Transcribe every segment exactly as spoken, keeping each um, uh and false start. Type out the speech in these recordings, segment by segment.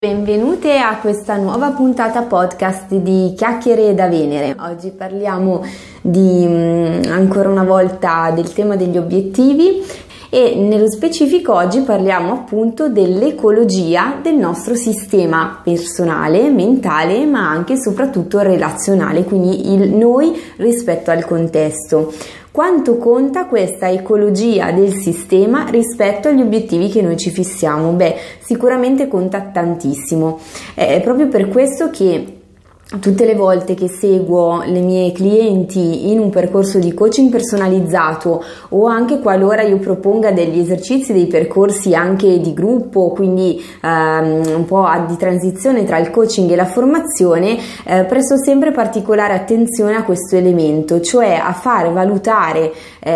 Benvenute a questa nuova puntata podcast di Chiacchiere da Venere. Oggi parliamo di ancora una volta del tema degli obiettivi e nello specifico oggi parliamo appunto dell'ecologia del nostro sistema personale, mentale, ma anche e soprattutto relazionale, quindi il noi rispetto al contesto. Quanto conta questa ecologia del sistema rispetto agli obiettivi che noi ci fissiamo? Beh, sicuramente conta tantissimo. È proprio per questo che tutte le volte che seguo le mie clienti in un percorso di coaching personalizzato o anche qualora io proponga degli esercizi, dei percorsi anche di gruppo, quindi ehm, un po' di transizione tra il coaching e la formazione, eh, presto sempre particolare attenzione a questo elemento, cioè a far valutare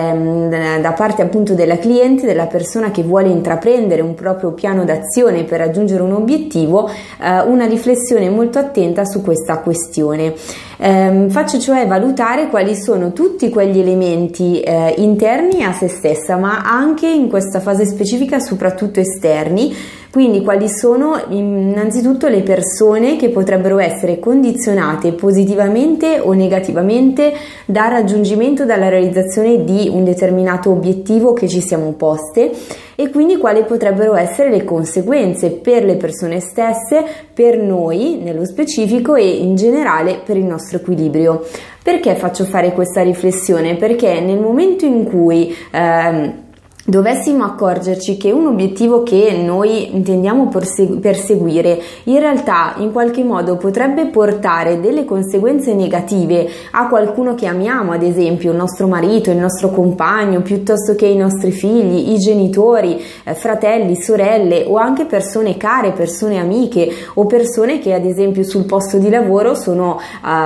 ehm, da parte appunto della cliente, della persona che vuole intraprendere un proprio piano d'azione per raggiungere un obiettivo, eh, una riflessione molto attenta su questa questione. Eh, faccio cioè valutare quali sono tutti quegli elementi eh, interni a se stessa, ma anche in questa fase specifica soprattutto esterni, quindi quali sono innanzitutto le persone che potrebbero essere condizionate positivamente o negativamente dal raggiungimento, dalla realizzazione di un determinato obiettivo che ci siamo poste, e quindi quali potrebbero essere le conseguenze per le persone stesse, per noi nello specifico e in generale per il nostro equilibrio. Perché faccio fare questa riflessione? Perché nel momento in cui ehm, dovessimo accorgerci che un obiettivo che noi intendiamo perseguire in realtà in qualche modo potrebbe portare delle conseguenze negative a qualcuno che amiamo, ad esempio il nostro marito, il nostro compagno, piuttosto che i nostri figli, i genitori, eh, fratelli, sorelle o anche persone care, persone amiche o persone che ad esempio sul posto di lavoro sono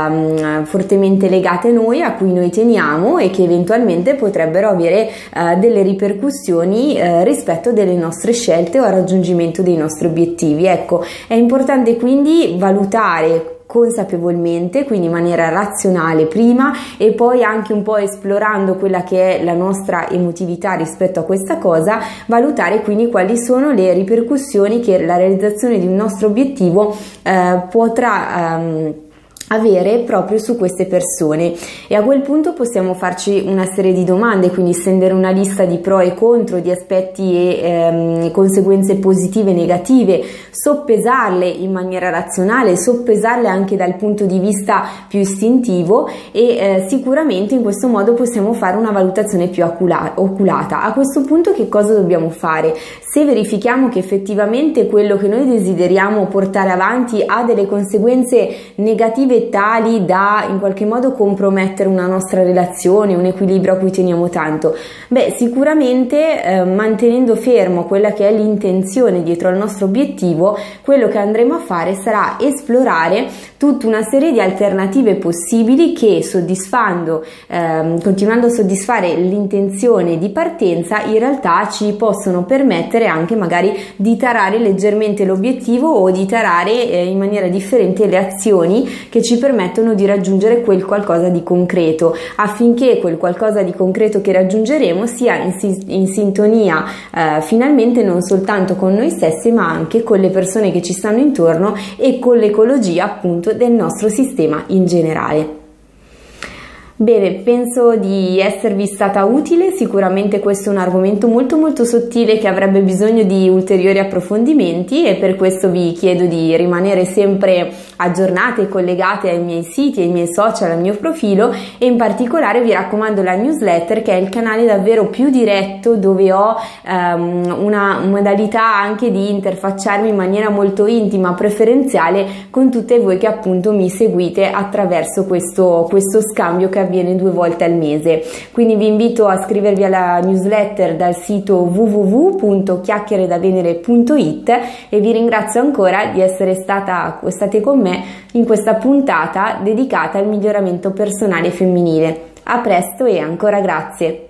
um, fortemente legate a noi, a cui noi teniamo e che eventualmente potrebbero avere uh, delle ripercussioni Eh, rispetto delle nostre scelte o al raggiungimento dei nostri obiettivi. Ecco, è importante quindi valutare consapevolmente, quindi in maniera razionale prima, e poi anche un po' esplorando quella che è la nostra emotività rispetto a questa cosa, valutare quindi quali sono le ripercussioni che la realizzazione di un nostro obiettivo eh, potrà ehm, avere proprio su queste persone, e a quel punto possiamo farci una serie di domande, quindi stendere una lista di pro e contro, di aspetti e ehm, conseguenze positive e negative, soppesarle in maniera razionale, soppesarle anche dal punto di vista più istintivo e eh, sicuramente in questo modo possiamo fare una valutazione più ocula- oculata. A questo punto che cosa dobbiamo fare? Se verifichiamo che effettivamente quello che noi desideriamo portare avanti ha delle conseguenze negative tali da in qualche modo compromettere una nostra relazione, un equilibrio a cui teniamo tanto, beh sicuramente eh, mantenendo fermo quella che è l'intenzione dietro al nostro obiettivo, quello che andremo a fare sarà esplorare tutta una serie di alternative possibili che, soddisfando ehm, continuando a soddisfare l'intenzione di partenza, in realtà ci possono permettere anche magari di tarare leggermente l'obiettivo o di tarare eh, in maniera differente le azioni che ci permettono di raggiungere quel qualcosa di concreto, affinché quel qualcosa di concreto che raggiungeremo sia in, in sintonia eh, finalmente non soltanto con noi stessi, ma anche con le persone che ci stanno intorno e con l'ecologia appunto del nostro sistema in generale. Bene, penso di esservi stata utile. Sicuramente questo è un argomento molto molto sottile che avrebbe bisogno di ulteriori approfondimenti, e per questo vi chiedo di rimanere sempre aggiornate e collegate ai miei siti, ai miei social, al mio profilo, e in particolare vi raccomando la newsletter, che è il canale davvero più diretto dove ho um, una modalità anche di interfacciarmi in maniera molto intima, preferenziale con tutte voi che appunto mi seguite attraverso questo, questo scambio che avviene due volte al mese. Quindi vi invito a iscrivervi alla newsletter dal sito w w w punto chiacchiere da venere punto it, e vi ringrazio ancora di essere stata, state con me in questa puntata dedicata al miglioramento personale femminile. A presto e ancora grazie!